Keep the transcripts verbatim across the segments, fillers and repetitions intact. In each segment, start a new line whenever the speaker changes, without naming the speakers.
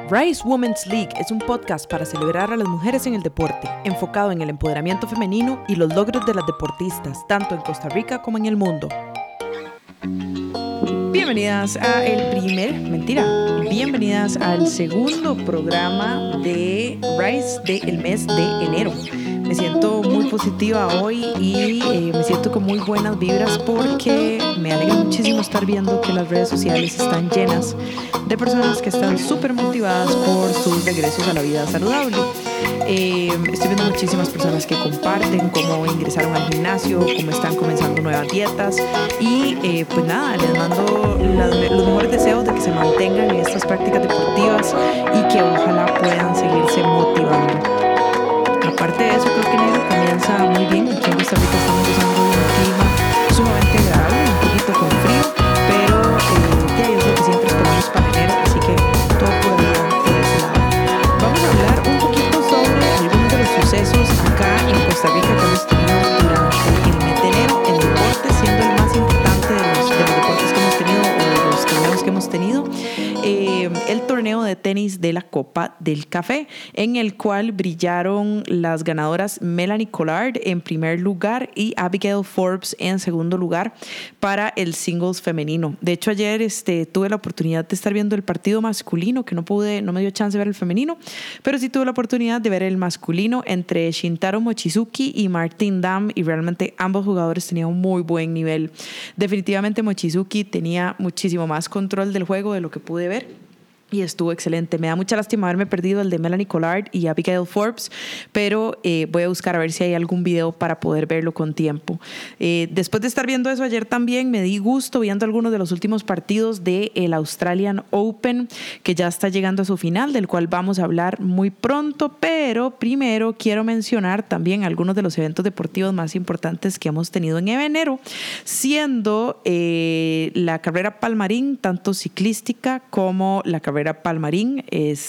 Rise Women's League es un podcast para celebrar a las mujeres en el deporte, enfocado en el empoderamiento femenino y los logros de las deportistas, tanto en Costa Rica como en el mundo. Bienvenidas a el primer, mentira, bienvenidas al segundo programa de Rise del mes de enero. Me siento muy positiva hoy y eh, me siento con muy buenas vibras porque me alegra muchísimo estar viendo que las redes sociales están llenas de personas que están súper motivadas por sus regresos a la vida saludable. Eh, estoy viendo muchísimas personas que comparten cómo ingresaron al gimnasio, cómo están comenzando nuevas dietas y eh, pues nada, les mando las, los mejores deseos de que se mantengan en estas prácticas deportivas y que ojalá puedan seguirse motivando. Aparte de eso, creo que enero comienza muy bien. Aquí en Costa Rica estamos usando un clima sumamente agradable, un poquito con frío, pero eh, ya es lo que siempre esperamos para enero, así que todo puede ir por ese lado. Vamos a hablar un poquito sobre algunos de los sucesos acá en Costa Rica que hemos tenido durante el mes de enero en deporte, siendo el más importante de los, de los deportes que hemos tenido o de los torneos que hemos tenido. Eh, el torneo de tenis de la Copa del Café, en el cual brillaron las ganadoras Melanie Collard en primer lugar y Abigail Forbes en segundo lugar para el singles femenino. De hecho, ayer este, tuve la oportunidad de estar viendo el partido masculino, que no pude, no me dio chance de ver el femenino, pero sí tuve la oportunidad de ver el masculino entre Shintaro Mochizuki y Martin Damm, y realmente ambos jugadores tenían un muy buen nivel. Definitivamente Mochizuki tenía muchísimo más control del juego de lo que pude ver y estuvo excelente. Me da mucha lástima haberme perdido el de Melanie Collard y Abigail Forbes, pero eh, voy a buscar a ver si hay algún video para poder verlo con tiempo. Eh, después de estar viendo eso ayer también me di gusto viendo algunos de los últimos partidos del Australian Open, que ya está llegando a su final, del cual vamos a hablar muy pronto, pero primero quiero mencionar también algunos de los eventos deportivos más importantes que hemos tenido en enero, siendo eh, la carrera Palmarín, tanto ciclística como la carrera Palmarín,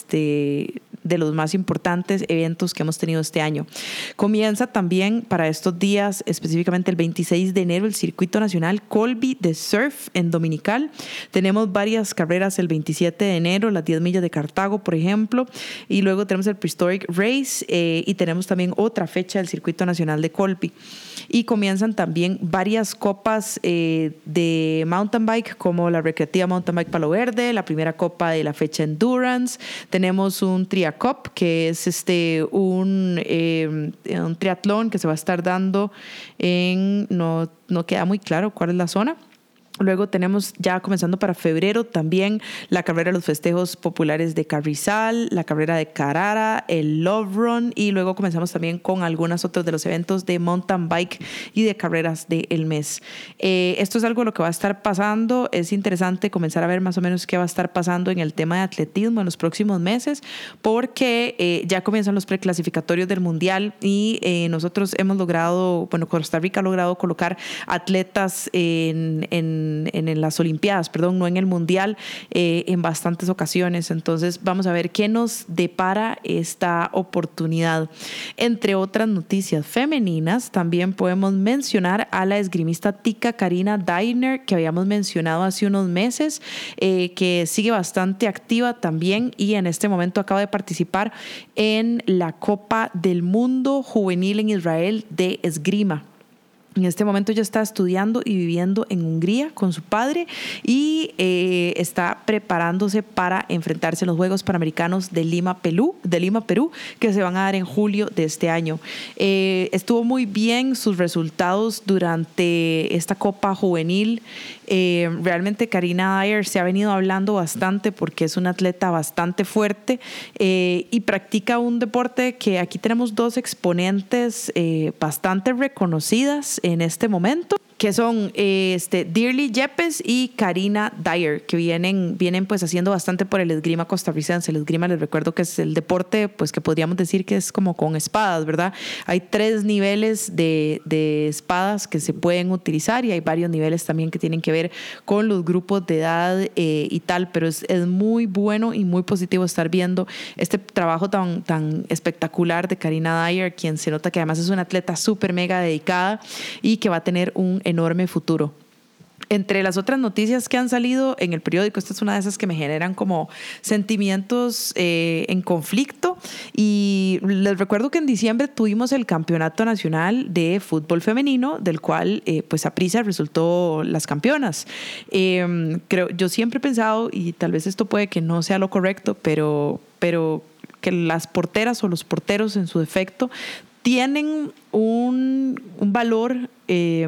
este, de los más importantes eventos que hemos tenido este año. Comienza también para estos días, específicamente el veintiséis de enero, el Circuito Nacional Colby de Surf en Dominical. Tenemos varias carreras el veintisiete de enero, las diez millas de Cartago, por ejemplo, y luego tenemos el Prehistoric Race eh, y tenemos también otra fecha del Circuito Nacional de Colby. Y comienzan también varias copas eh, de mountain bike, como la Recreativa Mountain Bike Palo Verde, la primera copa de la fecha Endurance. Tenemos un Triacup, que es este un, eh, un triatlón que se va a estar dando en, no, no queda muy claro cuál es la zona. Luego tenemos ya comenzando para febrero también la carrera de los festejos populares de Carrizal, la carrera de Carara, el Love Run, y luego comenzamos también con algunos otros de los eventos de mountain bike y de carreras del mes. Eh, esto es algo de lo que va a estar pasando. Es interesante comenzar a ver más o menos qué va a estar pasando en el tema de atletismo en los próximos meses, porque eh, ya comienzan los preclasificatorios del Mundial y eh, nosotros hemos logrado, bueno, Costa Rica ha logrado colocar atletas en, en En, en las Olimpiadas, perdón, no en el Mundial, eh, en bastantes ocasiones. Entonces vamos a ver qué nos depara esta oportunidad. Entre otras noticias femeninas, también podemos mencionar a la esgrimista tica Karina Dainer, que habíamos mencionado hace unos meses, eh, que sigue bastante activa también y en este momento acaba de participar en la Copa del Mundo Juvenil en Israel de esgrima. En este momento ella está estudiando y viviendo en Hungría con su padre y eh, está preparándose para enfrentarse a los Juegos Panamericanos de Lima, Perú, de Lima, Perú, que se van a dar en julio de este año. Eh, estuvo muy bien sus resultados durante esta Copa Juvenil. Eh, realmente Karina Dyer se ha venido hablando bastante porque es una atleta bastante fuerte eh, y practica un deporte que aquí tenemos dos exponentes eh, bastante reconocidas en este momento, que son eh, este, Dirly Yepes y Karina Dyer, que vienen, vienen pues haciendo bastante por el esgrima costarricense. El esgrima, les recuerdo que es el deporte pues que podríamos decir que es como con espadas, ¿verdad? Hay tres niveles de, de espadas que se pueden utilizar y hay varios niveles también que tienen que ver con los grupos de edad eh, y tal, pero es, es muy bueno y muy positivo estar viendo este trabajo tan, tan espectacular de Karina Dyer, quien se nota que además es una atleta súper mega dedicada y que va a tener un enorme futuro. Entre las otras noticias que han salido en el periódico, esta es una de esas que me generan como sentimientos eh, en conflicto. Y les recuerdo que en diciembre tuvimos el Campeonato Nacional de Fútbol Femenino, del cual eh, pues Saprissa resultó las campeonas. Eh, creo, yo siempre he pensado, y tal vez esto puede que no sea lo correcto, pero, pero que las porteras o los porteros en su defecto tienen un, un valor eh,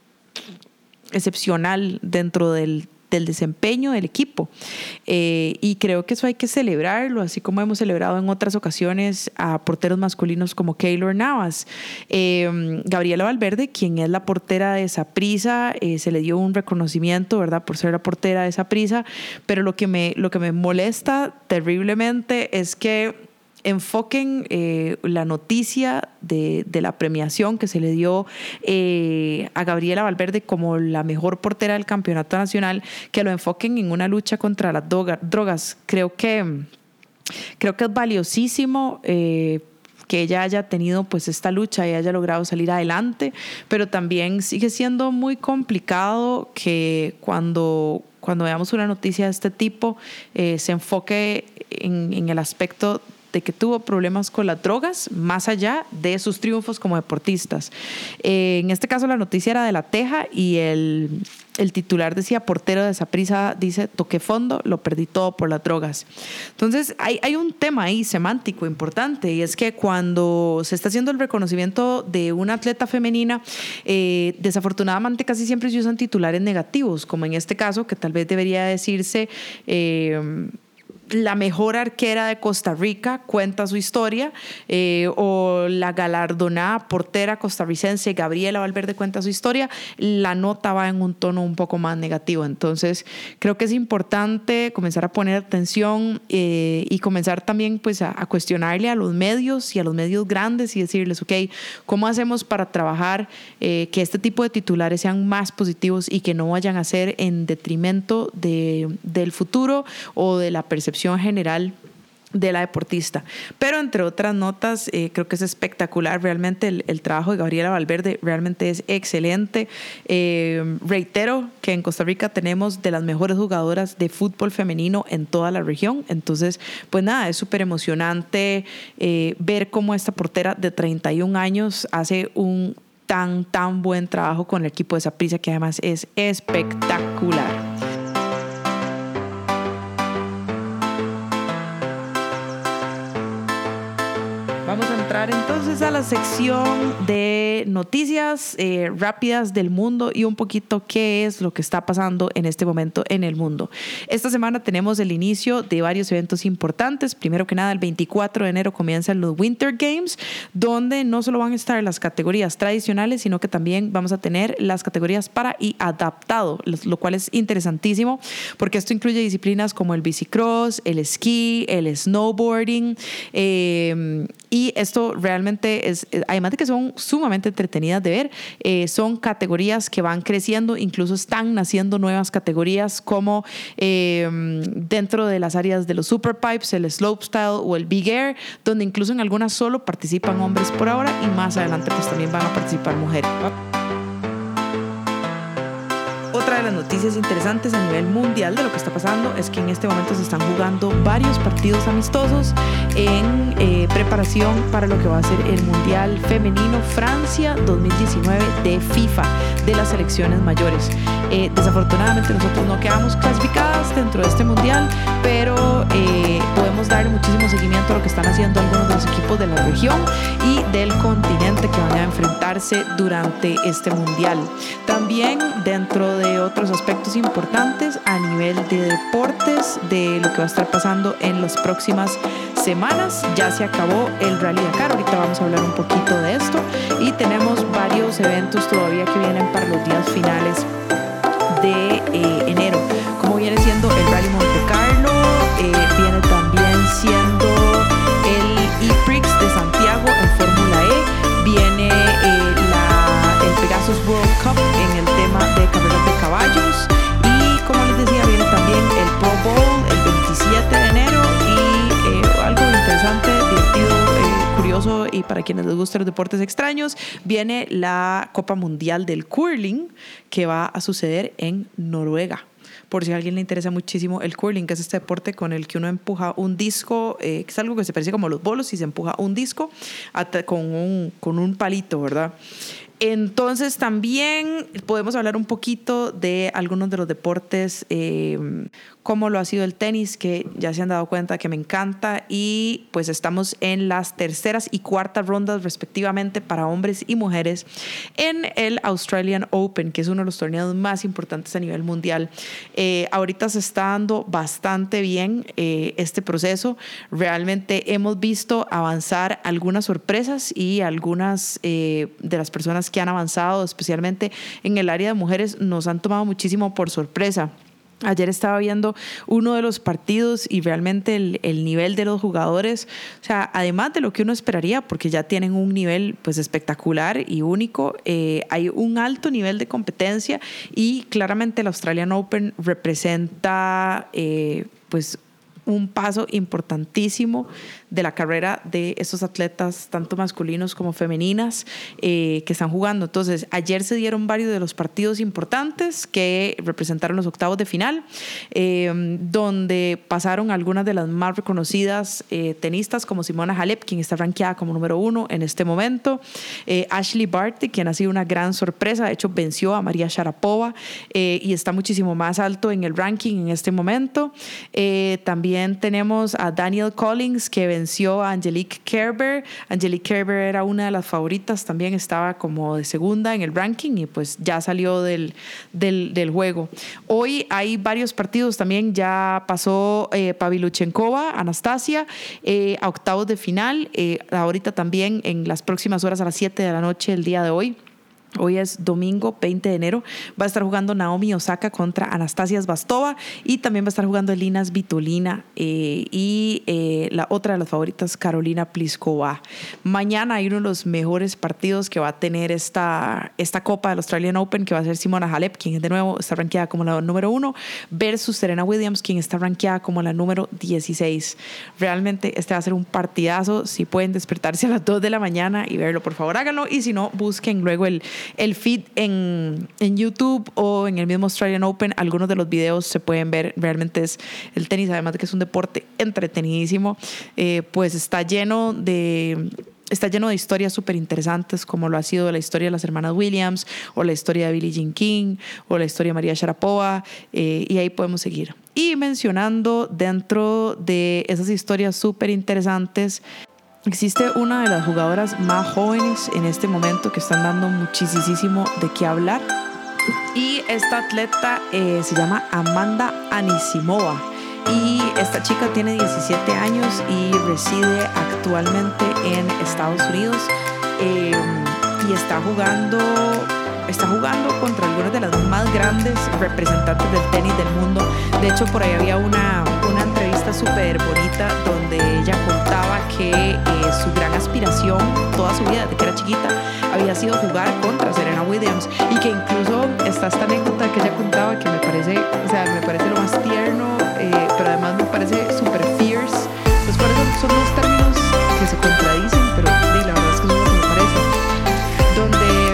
excepcional dentro del, del desempeño del equipo. Eh, y creo que eso hay que celebrarlo, así como hemos celebrado en otras ocasiones a porteros masculinos como Keylor Navas. Eh, Gabriela Valverde, quien es la portera de Saprissa, eh, se le dio un reconocimiento, ¿verdad?, por ser la portera de Saprissa, pero lo que me, lo que me molesta terriblemente es que enfoquen eh, la noticia de, de la premiación que se le dio eh, a Gabriela Valverde como la mejor portera del campeonato nacional, que lo enfoquen en una lucha contra las drogas. Creo que, creo que es valiosísimo eh, que ella haya tenido pues esta lucha y haya logrado salir adelante, pero también sigue siendo muy complicado que cuando, cuando veamos una noticia de este tipo eh, se enfoque en, en el aspecto de que tuvo problemas con las drogas, más allá de sus triunfos como deportistas. Eh, en este caso la noticia era de La Teja y el, el titular decía: portero de Saprissa, dice, toqué fondo, lo perdí todo por las drogas. Entonces hay, hay un tema ahí semántico importante, y es que cuando se está haciendo el reconocimiento de una atleta femenina, eh, desafortunadamente casi siempre se usan titulares negativos, como en este caso, que tal vez debería decirse eh, la mejor arquera de Costa Rica cuenta su historia, eh, o la galardonada portera costarricense Gabriela Valverde cuenta su historia. La nota va en un tono un poco más negativo. Entonces creo que es importante comenzar a poner atención eh, y comenzar también pues a, a cuestionarle a los medios y a los medios grandes y decirles, ok, ¿cómo hacemos para trabajar eh, que este tipo de titulares sean más positivos y que no vayan a ser en detrimento de, del futuro o de la percepción general de la deportista? Pero entre otras notas, eh, creo que es espectacular realmente el, el trabajo de Gabriela Valverde, realmente es excelente. Eh, reitero que en Costa Rica tenemos de las mejores jugadoras de fútbol femenino en toda la región. Entonces pues nada, es súper emocionante eh, ver cómo esta portera de treinta y un años hace un tan tan buen trabajo con el equipo de Saprissa, que además es espectacular. Vamos a entrar entonces a la sección de noticias eh, rápidas del mundo y un poquito qué es lo que está pasando en este momento en el mundo. Esta semana tenemos el inicio de varios eventos importantes. Primero que nada, el veinticuatro de enero comienzan los Winter Games, donde no solo van a estar las categorías tradicionales, sino que también vamos a tener las categorías para y adaptado, lo cual es interesantísimo porque esto incluye disciplinas como el bicicross, el esquí, el snowboarding, eh, y esto realmente es, además de que son sumamente entretenidas de ver, eh, son categorías que van creciendo, incluso están naciendo nuevas categorías como eh, dentro de las áreas de los superpipes, el slopestyle o el big air, donde incluso en algunas solo participan hombres por ahora y más adelante pues también van a participar mujeres. Otra de las noticias interesantes a nivel mundial de lo que está pasando es que en este momento se están jugando varios partidos amistosos en eh, preparación para lo que va a ser el Mundial Femenino Francia dos mil diecinueve de FIFA, de las selecciones mayores. Eh, desafortunadamente nosotros no quedamos clasificadas dentro de este Mundial, pero eh, podemos darle muchísimo seguimiento a lo que están haciendo algunos de los equipos de la región y del continente que van a enfrentarse durante este Mundial. También dentro de otros aspectos importantes a nivel de deportes, de lo que va a estar pasando en las próximas semanas, ya se acabó el Rally Dakar, ahorita vamos a hablar un poquito de esto, y tenemos varios eventos todavía que vienen para los días finales de eh, enero, como viene siendo el Rally Monte Carlo, eh, viene también siendo el E-Prix de Santiago en Fórmula E, viene eh, la, el Pegasus World Cup en el tema de carreras de caballos, y como les decía, viene también el Pro Bowl el veintisiete de enero, y eh, algo interesante, divertido, eh, curioso curioso y para quienes les gustan los deportes extraños, viene la Copa Mundial del Curling que va a suceder en Noruega. Por si a alguien le interesa muchísimo el curling, que es este deporte con el que uno empuja un disco, eh, que es algo que se parece como los bolos, y se empuja un disco hasta con, un, con un palito, ¿verdad? Entonces también podemos hablar un poquito de algunos de los deportes, eh, como lo ha sido el tenis, que ya se han dado cuenta que me encanta, y pues estamos en las terceras y cuartas rondas respectivamente para hombres y mujeres en el Australian Open, que es uno de los torneos más importantes a nivel mundial. Eh, ahorita se está dando bastante bien eh, este proceso. Realmente hemos visto avanzar algunas sorpresas y algunas eh, de las personas que han avanzado, especialmente en el área de mujeres, nos han tomado muchísimo por sorpresa. Ayer estaba viendo uno de los partidos y realmente el, el nivel de los jugadores, o sea, además de lo que uno esperaría, porque ya tienen un nivel pues espectacular y único, eh, hay un alto nivel de competencia y claramente el Australian Open representa eh, pues un paso importantísimo de la carrera de estos atletas, tanto masculinos como femeninas, eh, que están jugando. Entonces, ayer se dieron varios de los partidos importantes que representaron los octavos de final, eh, donde pasaron algunas de las más reconocidas eh, tenistas, como Simona Halep, quien está rankeada como número uno en este momento, eh, Ashley Barty, quien ha sido una gran sorpresa, de hecho venció a María Sharapova eh, y está muchísimo más alto en el ranking en este momento. Eh, también tenemos a Danielle Collins, que venció a Angelique Kerber. Angelique Kerber era una de las favoritas, también estaba como de segunda en el ranking y pues ya salió del, del, del juego. Hoy hay varios partidos también, ya pasó eh, Pavlyuchenkova, Anastasia, eh, a octavos de final, eh, ahorita también en las próximas horas a las siete de la noche el día de hoy. Hoy es domingo veinte de enero, va a estar jugando Naomi Osaka contra Anastasia Zvastova y también va a estar jugando Elina Svitolina eh, y eh, la otra de las favoritas, Carolina Pliskova. Mañana hay uno de los mejores partidos que va a tener esta, esta Copa del Australian Open, que va a ser Simona Halep, quien de nuevo está rankeada como la número uno, versus Serena Williams, quien está rankeada como la número dieciséis. Realmente este va a ser un partidazo. Si pueden despertarse a las dos de la mañana y verlo, por favor háganlo, y si no, busquen luego el el feed en, en YouTube o en el mismo Australian Open. Algunos de los videos se pueden ver. Realmente es el tenis, además de que es un deporte entretenidísimo, eh, pues está lleno de está lleno de historias súper interesantes, como lo ha sido la historia de las hermanas Williams, o la historia de Billie Jean King, o la historia de María Sharapova, eh, y ahí podemos seguir. Y mencionando dentro de esas historias súper interesantes, existe una de las jugadoras más jóvenes en este momento que están dando muchísimo de qué hablar, y esta atleta eh, se llama Amanda Anisimova, y esta chica tiene diecisiete años y reside actualmente en Estados Unidos, eh, y está jugando está jugando contra algunas de las más grandes representantes del tenis del mundo. De hecho, por ahí había una, una entrevista súper bonita donde ella contaba que eh, su gran aspiración toda su vida, desde que era chiquita, había sido jugar contra Serena Williams, y que incluso está esta anécdota que ella contaba que me parece, o sea, me parece lo más tierno, eh, pero además me parece súper fierce. Pues por eso son dos términos que se contradicen, pero sí, la verdad es que eso es lo que me parece. Donde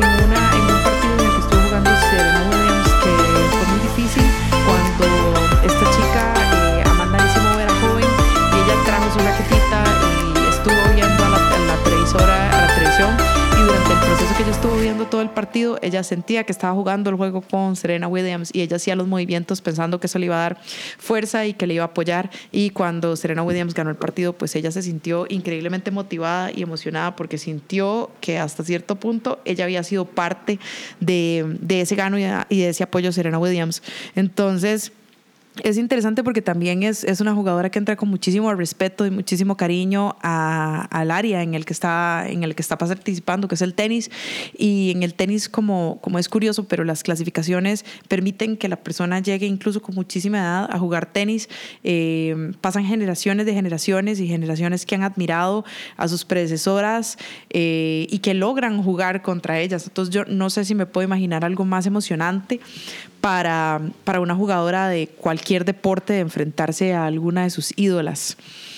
Serena Williams, que fue muy difícil cuando esta chica, eh, Amanda Anisimova, era joven, y ella trajo su raquetita y estuvo viendo a la, a la televisora, a la televisión, y durante el proceso que ella estuvo viendo todo el partido, ella sentía que estaba jugando el juego con Serena Williams, y ella hacía los movimientos pensando que eso le iba a dar fuerza y que le iba a apoyar, y cuando Serena Williams ganó el partido, pues ella se sintió increíblemente motivada y emocionada, porque sintió que hasta cierto punto ella había sido parte de, de ese gano y de ese apoyo a Serena Williams. Entonces es interesante porque también es, es una jugadora que entra con muchísimo respeto y muchísimo cariño a, al área en el que está, en el que está participando, que es el tenis. Y en el tenis, como, como es curioso, pero las clasificaciones permiten que la persona llegue incluso con muchísima edad a jugar tenis. Eh, pasan generaciones de generaciones y generaciones que han admirado a sus predecesoras eh, y que logran jugar contra ellas. Entonces yo no sé si me puedo imaginar algo más emocionante para, para una jugadora de cualquier deporte, de enfrentarse a alguna de sus ídolas.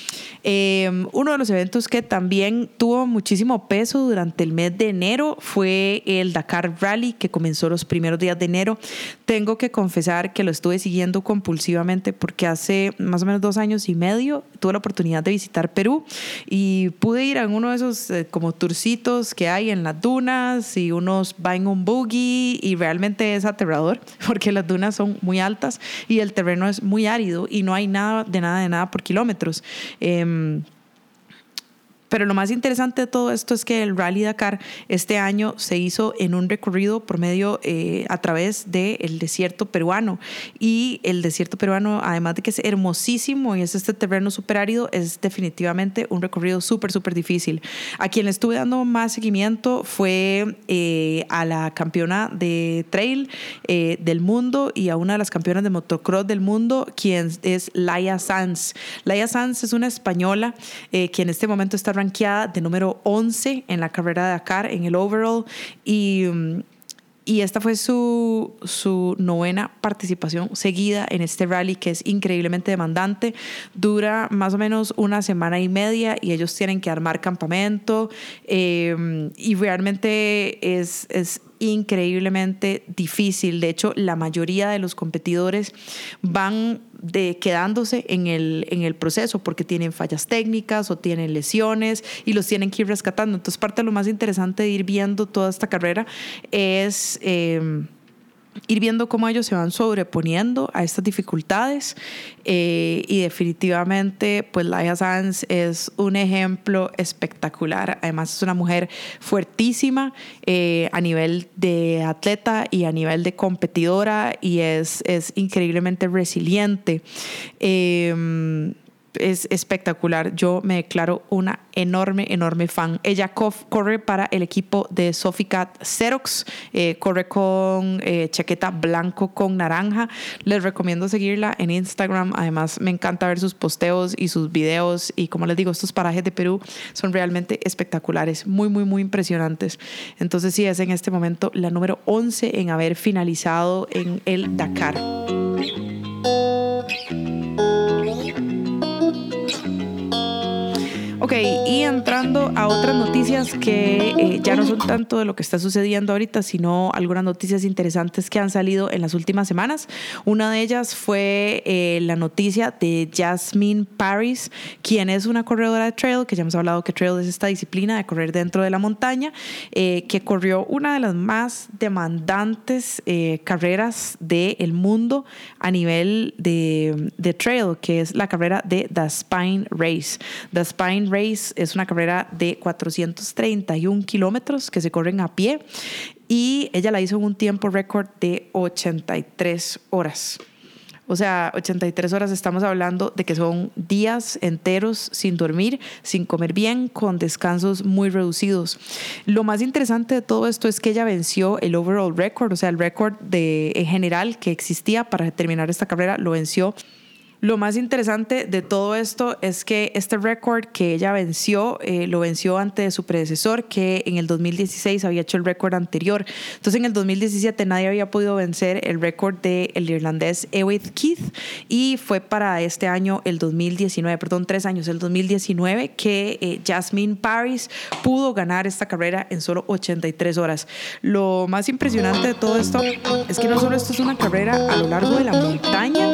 Eh, uno de los eventos que también tuvo muchísimo peso durante el mes de enero fue el Dakar Rally, que comenzó los primeros días de enero. Tengo que confesar que lo estuve siguiendo compulsivamente porque hace más o menos dos años y medio tuve la oportunidad de visitar Perú y pude ir a uno de esos eh, como tourcitos que hay en las dunas y unos va en un buggy y realmente es aterrador porque las dunas son muy altas y el terreno es muy árido y no hay nada de nada de nada por kilómetros. Eh, Pero lo más interesante de todo esto es que el Rally Dakar este año se hizo en un recorrido por medio, eh, a través del desierto peruano. Y el desierto peruano, además de que es hermosísimo y es este terreno súper árido, es definitivamente un recorrido súper, súper difícil. A quien le estuve dando más seguimiento fue eh, a la campeona de trail eh, del mundo y a una de las campeonas de motocross del mundo, quien es Laia Sanz. Laia Sanz es una española eh, que en este momento está rankeada de número once en la carrera de Dakar, en el overall, y, y esta fue su, su novena participación seguida en este rally, que es increíblemente demandante. Dura más o menos una semana y media y ellos tienen que armar campamento eh, y realmente es, es increíblemente difícil. De hecho, la mayoría de los competidores van de quedándose en el, en el proceso porque tienen fallas técnicas o tienen lesiones y los tienen que ir rescatando. Entonces, parte de lo más interesante de ir viendo toda esta carrera es eh, ir viendo cómo ellos se van sobreponiendo a estas dificultades eh, y definitivamente pues Laia Sanz es un ejemplo espectacular. Además es una mujer fuertísima eh, a nivel de atleta y a nivel de competidora y es, es increíblemente resiliente. Eh, es espectacular. Yo me declaro una enorme, enorme fan. Ella co- corre para el equipo de Soficat Xerox, eh, corre con eh, chaqueta blanco con naranja. Les recomiendo seguirla en Instagram. Además, me encanta ver sus posteos y sus videos. Y como les digo, estos parajes de Perú son realmente espectaculares, muy, muy, muy impresionantes. Entonces, sí, es en este momento la número once en haber finalizado en el Dakar. Ok, y entrando a otras noticias que eh, ya no son tanto de lo que está sucediendo ahorita, sino algunas noticias interesantes que han salido en las últimas semanas. Una de ellas fue eh, la noticia de Jasmine Paris, quien es una corredora de trail, que ya hemos hablado que trail es esta disciplina de correr dentro de la montaña, eh, que corrió una de las más demandantes eh, carreras del mundo a nivel de, de trail, que es la carrera de The Spine Race. The Spine Race es una carrera de cuatrocientos treinta y un kilómetros que se corren a pie y ella la hizo en un tiempo récord de ochenta y tres horas. O sea, ochenta y tres horas, estamos hablando de que son días enteros sin dormir, sin comer bien, con descansos muy reducidos. Lo más interesante de todo esto es que ella venció el overall record, o sea, el récord de, en general que existía para terminar esta carrera, lo venció. Lo más interesante de todo esto es que este récord que ella venció, eh, lo venció ante su predecesor, que en el dos mil dieciséis había hecho el récord anterior. Entonces, en el dos mil diecisiete nadie había podido vencer el récord del irlandés Ewythr Keith y fue para este año, el dos mil diecinueve, perdón, tres años, el dos mil diecinueve, que eh, Jasmine Paris pudo ganar esta carrera en solo ochenta y tres horas. Lo más impresionante de todo esto es que no solo esto es una carrera a lo largo de la montaña,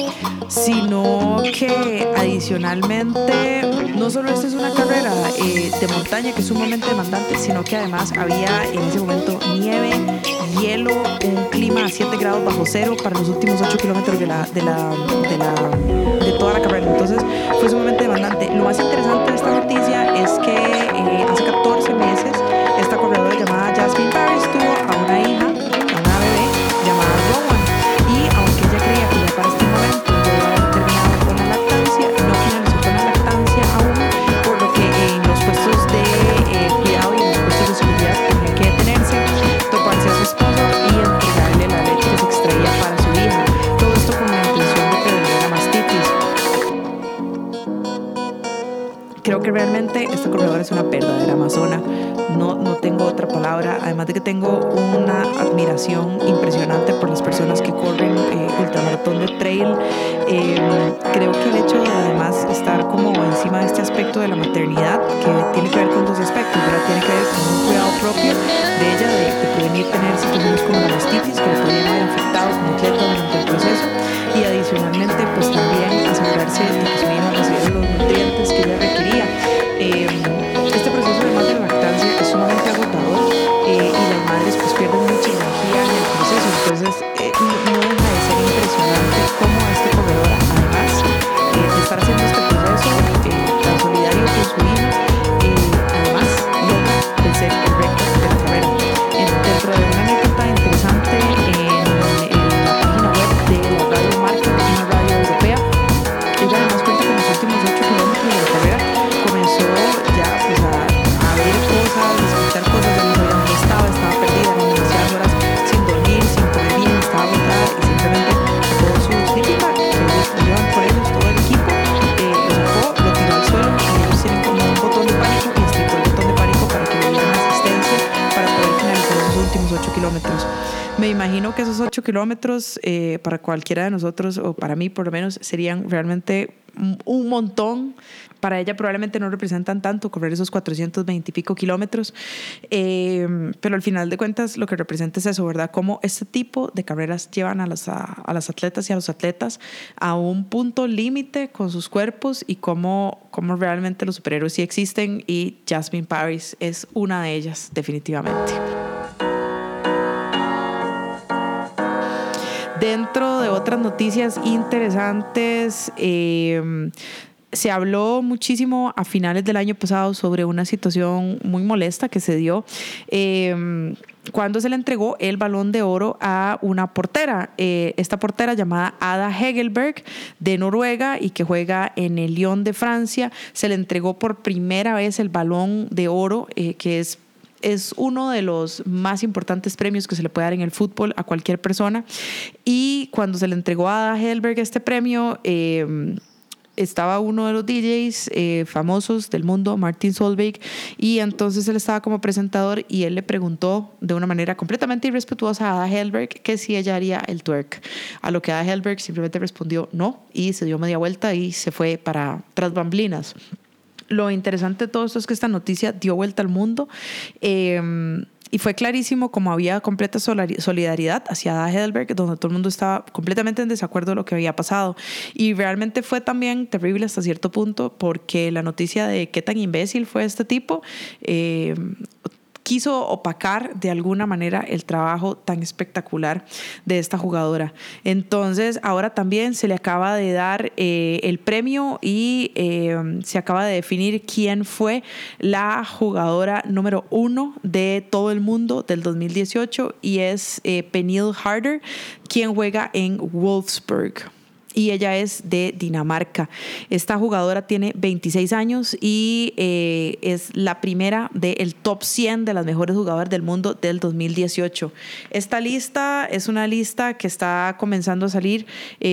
sino que adicionalmente no solo esta es una carrera eh, de montaña que es sumamente demandante, sino que además había en ese momento nieve, hielo, un clima a siete grados bajo cero para los últimos ocho kilómetros de, la, de, la, de, la, de toda la carrera. Entonces fue sumamente demandante. Lo más interesante de esta noticia es que eh, hace catorce meses esta corredora llamada Jasmine Paris tuvo a una hija, a una bebé llamada Rowan, y aunque ella creía que ya para este momento creo que que realmente esta corredora es una verdadera amazona. No, no tengo otra palabra, además de que tengo una admiración impresionante por las personas que corren eh, ultramaratón de trail. Eh, creo que el hecho de además estar como encima de este aspecto de la maternidad, que tiene que ver con dos aspectos, ¿verdad? Tiene que ver con un cuidado propio de ella, de, de prevenir tener situaciones como la mastitis, que le podrían haber afectado como atleta durante el proceso, y adicionalmente pues también asegurarse de que su hija recibiera los nutrientes que ella requería. Eh, este proceso además de la lactancia es sumamente agotador eh, y las madres pues pierden mucha energía en el proceso, entonces eh, no, no deja de ser impresionante cómo esta corredora, además eh, de estar haciendo este proceso eh, tan solidario con su hija, eh, además logra vencer el récord de la carrera. Eh, dentro de una anécdota interesante en, en la página web de la radio Marca, que es una radio europea, ella además cuenta que en los últimos ocho kilómetros de la carrera comenzó ya pues a, a ver cosas, a escuchar cosas, ya no sabía dónde estaba, estaba perdida, eran demasiadas horas sin dormir, sin comer bien, estaba agotada y simplemente sacó su sleeping bag, que ellos lo llevan por ellos, todo el equipo, eh, lo sacó, lo tiró al suelo y ellos tienen como un botón de pánico y estiró el botón de pánico para que le dieran asistencia para poder finalizar esos últimos ocho kilómetros. Me imagino que esos ocho kilómetros eh, para cualquiera de nosotros, o para mí por lo menos, serían realmente un montón. Para ella probablemente no representan tanto correr esos cuatrocientos veinte y pico kilómetros, eh, pero al final de cuentas lo que representa es eso, ¿verdad? Cómo este tipo de carreras llevan a las, a, a las atletas y a los atletas a un punto límite con sus cuerpos, y cómo, cómo realmente los superhéroes sí existen, y Jasmine Paris es una de ellas definitivamente. Dentro de otras noticias interesantes, eh, se habló muchísimo a finales del año pasado sobre una situación muy molesta que se dio eh, cuando se le entregó el Balón de Oro a una portera. Eh, esta portera llamada Ada Hegelberg, de Noruega, y que juega en el Lyon de Francia, se le entregó por primera vez el Balón de Oro, eh, que es Es uno de los más importantes premios que se le puede dar en el fútbol a cualquier persona. Y cuando se le entregó a Ada Hegelberg este premio, eh, estaba uno de los D Js eh, famosos del mundo, Martin Solveig, y entonces él estaba como presentador y él le preguntó de una manera completamente irrespetuosa a Ada Hegelberg que si ella haría el twerk, a lo que Ada Hegelberg simplemente respondió no, y se dio media vuelta y se fue para tras bambalinas. Lo interesante de todo esto es que esta noticia dio vuelta al mundo, eh, y fue clarísimo como había completa solidaridad hacia Ada Hegelberg, donde todo el mundo estaba completamente en desacuerdo de lo que había pasado. Y realmente fue también terrible hasta cierto punto, porque la noticia de qué tan imbécil fue este tipo eh, quiso opacar de alguna manera el trabajo tan espectacular de esta jugadora. Entonces ahora también se le acaba de dar eh, el premio y eh, se acaba de definir quién fue la jugadora número uno de todo el mundo del dos mil dieciocho, y es eh, Pernille Harder, quien juega en Wolfsburg. Y ella es de Dinamarca. Esta jugadora tiene veintiséis años y eh, es la primera del top cien de las mejores jugadoras del mundo del dos mil dieciocho. Esta lista es una lista que está comenzando a salir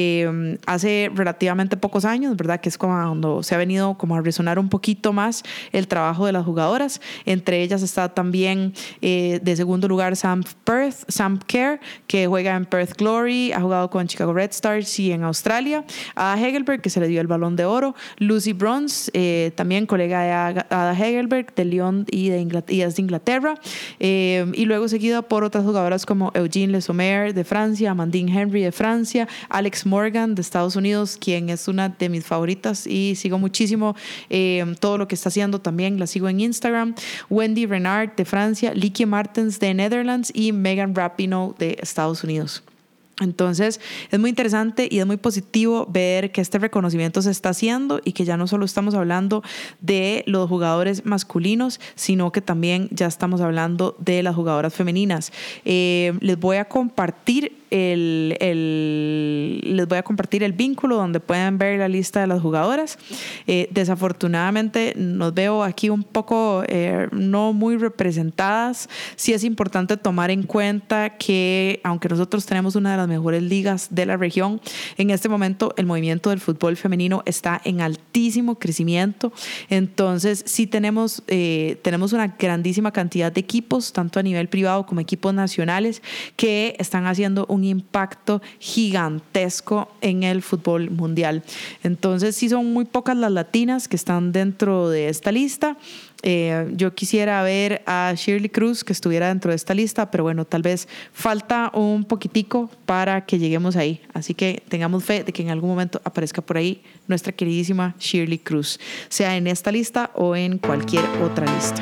eh, hace relativamente pocos años, ¿verdad? Que es cuando se ha venido como a resonar un poquito más el trabajo de las jugadoras. Entre ellas está también eh, de segundo lugar Sam Perth, Sam Kerr, que juega en Perth Glory, ha jugado con Chicago Red Stars y en Australia. Ada Hegelberg, que se le dio el Balón de Oro. Lucy Bronze, eh, también colega de Ada Hegelberg, de Lyon y de Inglaterra, y es de Inglaterra. Eh, y luego seguida por otras jugadoras como Eugene Le Sommer de Francia, Amandine Henry de Francia, Alex Morgan de Estados Unidos, quien es una de mis favoritas y sigo muchísimo eh, todo lo que está haciendo también, la sigo en Instagram. Wendy Renard de Francia, Lieke Martens de Netherlands y Megan Rapinoe de Estados Unidos. Entonces es muy interesante y es muy positivo ver que este reconocimiento se está haciendo y que ya no solo estamos hablando de los jugadores masculinos, sino que también ya estamos hablando de las jugadoras femeninas. Eh, les voy a compartir el, el, les voy a compartir el vínculo donde pueden ver la lista de las jugadoras. Eh, desafortunadamente nos veo aquí un poco eh, no muy representadas. Sí es importante tomar en cuenta que aunque nosotros tenemos una de las mejores ligas de la región, en este momento el movimiento del fútbol femenino está en altísimo crecimiento. Entonces sí tenemos, eh, tenemos una grandísima cantidad de equipos, tanto a nivel privado como equipos nacionales, que están haciendo un impacto gigantesco en el fútbol mundial. Entonces sí son muy pocas las latinas que están dentro de esta lista. Eh, yo quisiera ver a Shirley Cruz que estuviera dentro de esta lista, pero bueno, tal vez falta un poquitico para que lleguemos ahí. Así que tengamos fe de que en algún momento aparezca por ahí nuestra queridísima Shirley Cruz, sea en esta lista o en cualquier otra lista.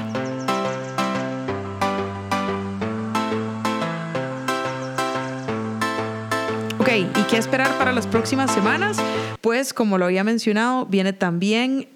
Ok, ¿y qué esperar para las próximas semanas? Pues como lo había mencionado, viene también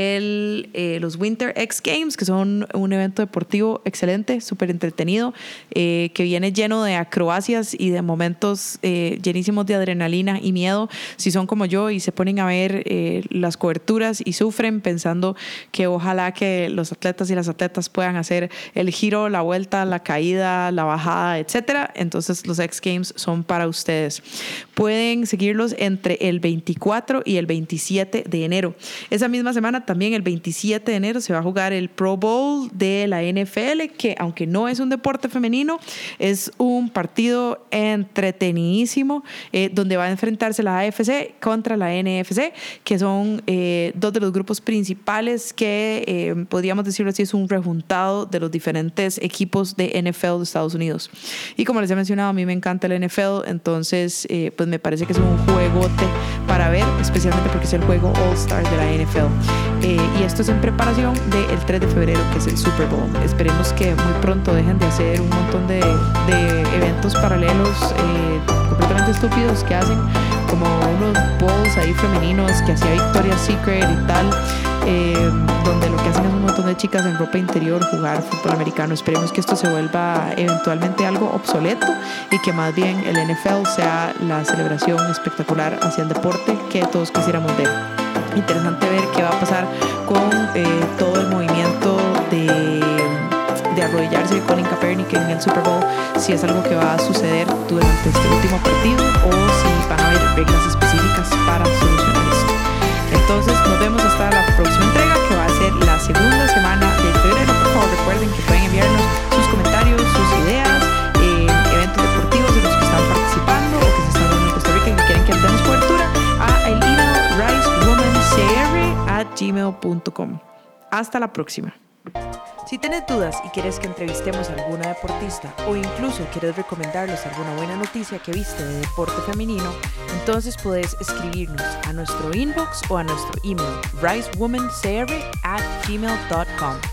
el, eh, los Winter X Games, que son un evento deportivo excelente, súper entretenido, eh, que viene lleno de acrobacias y de momentos eh, llenísimos de adrenalina y miedo. Si son como yo y se ponen a ver eh, las coberturas y sufren pensando que ojalá que los atletas y las atletas puedan hacer el giro, la vuelta, la caída, la bajada, etcétera, entonces los X Games son para ustedes. Pueden seguirlos entre el veinticuatro y el veintisiete de enero. Esa misma semana, también el veintisiete de enero, se va a jugar el Pro Bowl de la N F L, que aunque no es un deporte femenino, es un partido entretenidísimo, eh, donde va a enfrentarse la A F C contra la N F C, que son eh, dos de los grupos principales que, eh, podríamos decirlo así, es un rejuntado de los diferentes equipos de N F L de Estados Unidos. Y como les he mencionado, a mí me encanta el N F L, entonces eh, pues me parece que es un juegote para ver, especialmente porque es el juego All-Star de la N F L. Eh, y esto es en preparación del tres de febrero, que es el Super Bowl. Esperemos que muy pronto dejen de hacer un montón de, de eventos paralelos eh, completamente estúpidos que hacen, como unos bowls ahí femeninos que hacía Victoria's Secret y tal, eh, donde lo que hacen es un montón de chicas en ropa interior jugar fútbol americano. Esperemos que esto se vuelva eventualmente algo obsoleto y que más bien el N F L sea la celebración espectacular hacia el deporte que todos quisiéramos ver. Interesante ver qué va a pasar con eh, todo el movimiento de, de arrodillarse de Colin Kaepernick en el Super Bowl, si es algo que va a suceder durante este último partido o si van a haber reglas específicas para solucionar esto. Entonces nos vemos hasta la próxima entrega, que va a ser la segunda semana de febrero. Por favor, recuerden que pueden enviarnos sus comentarios, sus ideas, eh, eventos deportivos en los que están participando o que se están dando en Costa Rica y que quieren que demos cobertura, a el email ricewomancr at gmail punto com. Hasta la próxima. Si tienes dudas y quieres que entrevistemos a alguna deportista o incluso quieres recomendarles alguna buena noticia que viste de deporte femenino, entonces puedes escribirnos a nuestro inbox o a nuestro email ricewomancr at gmail punto com.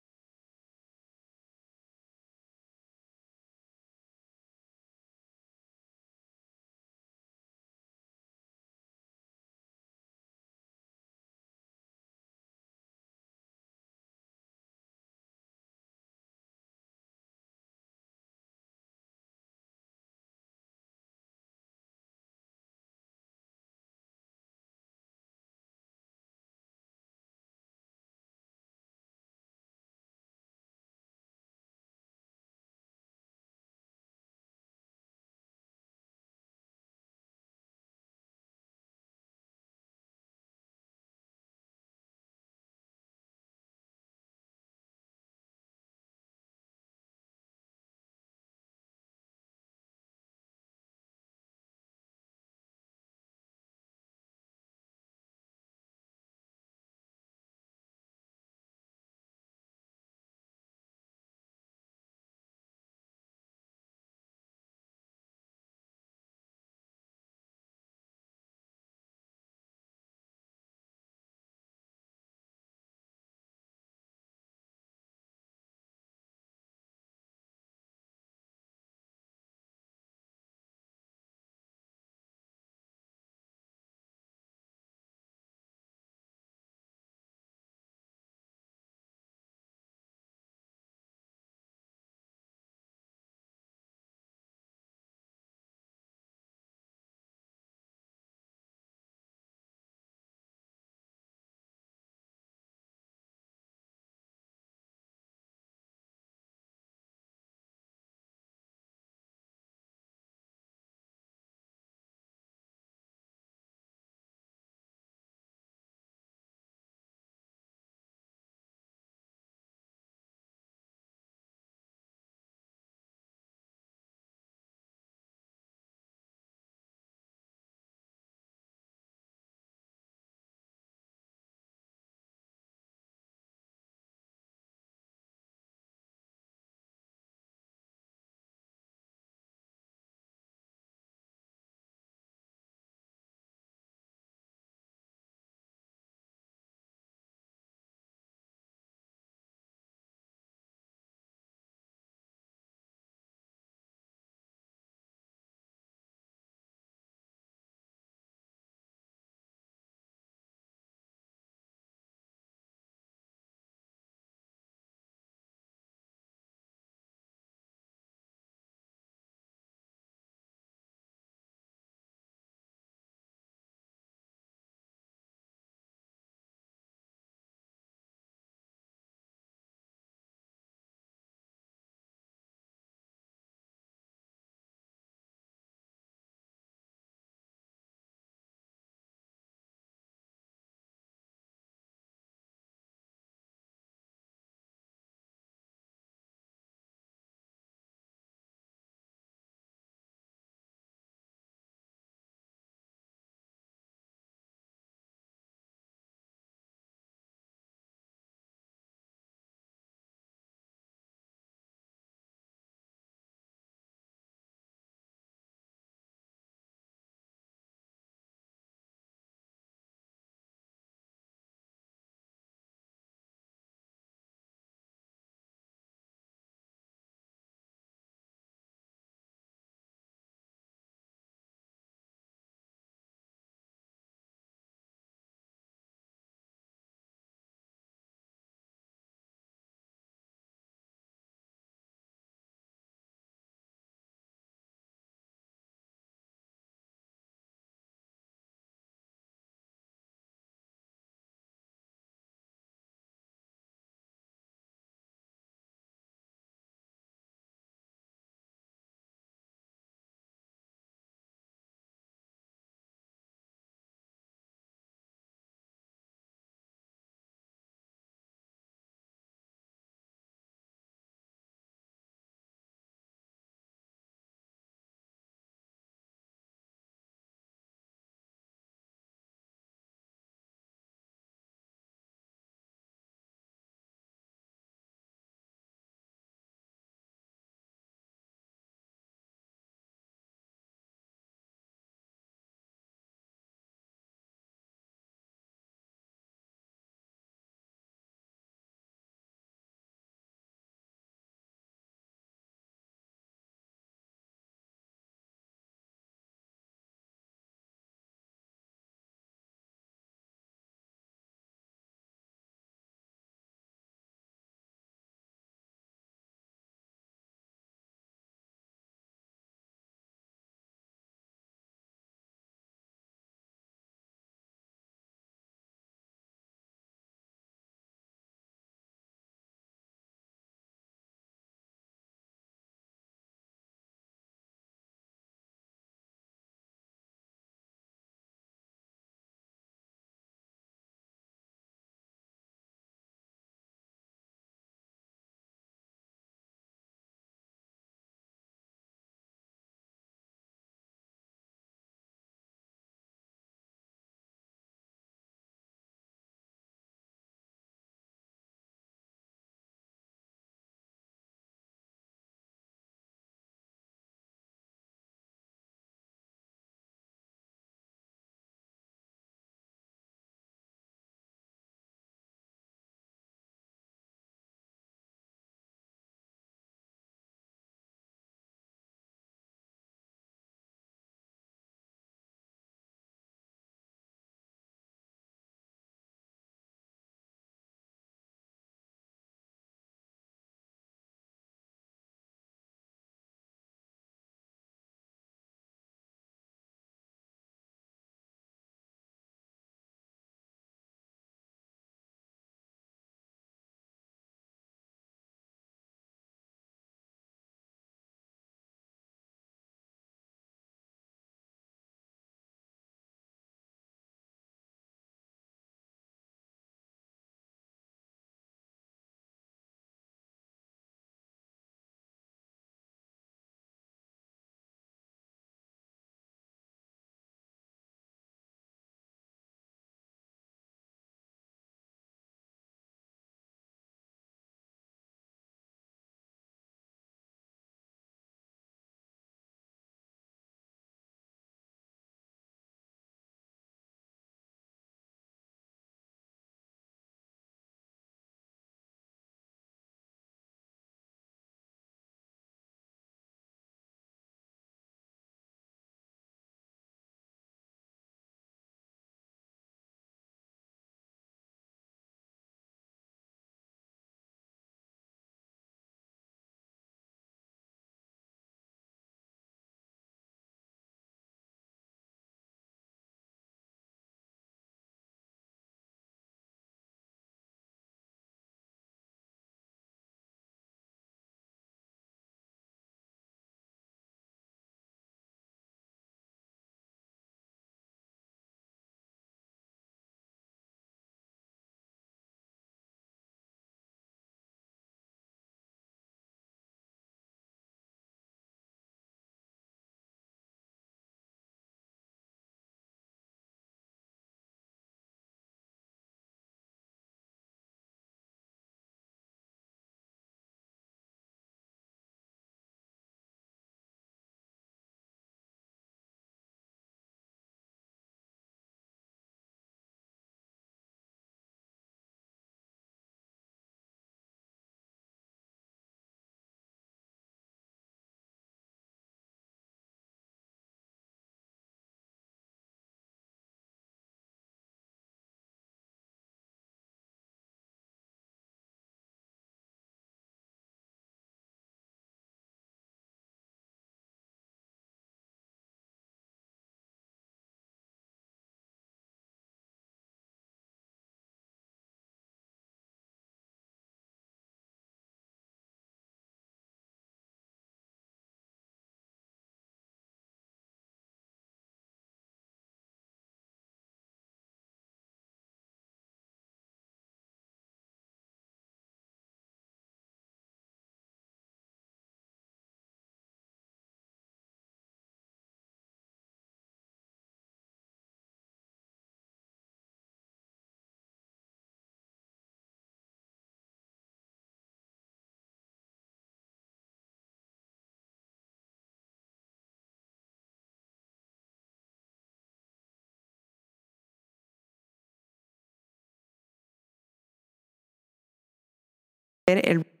el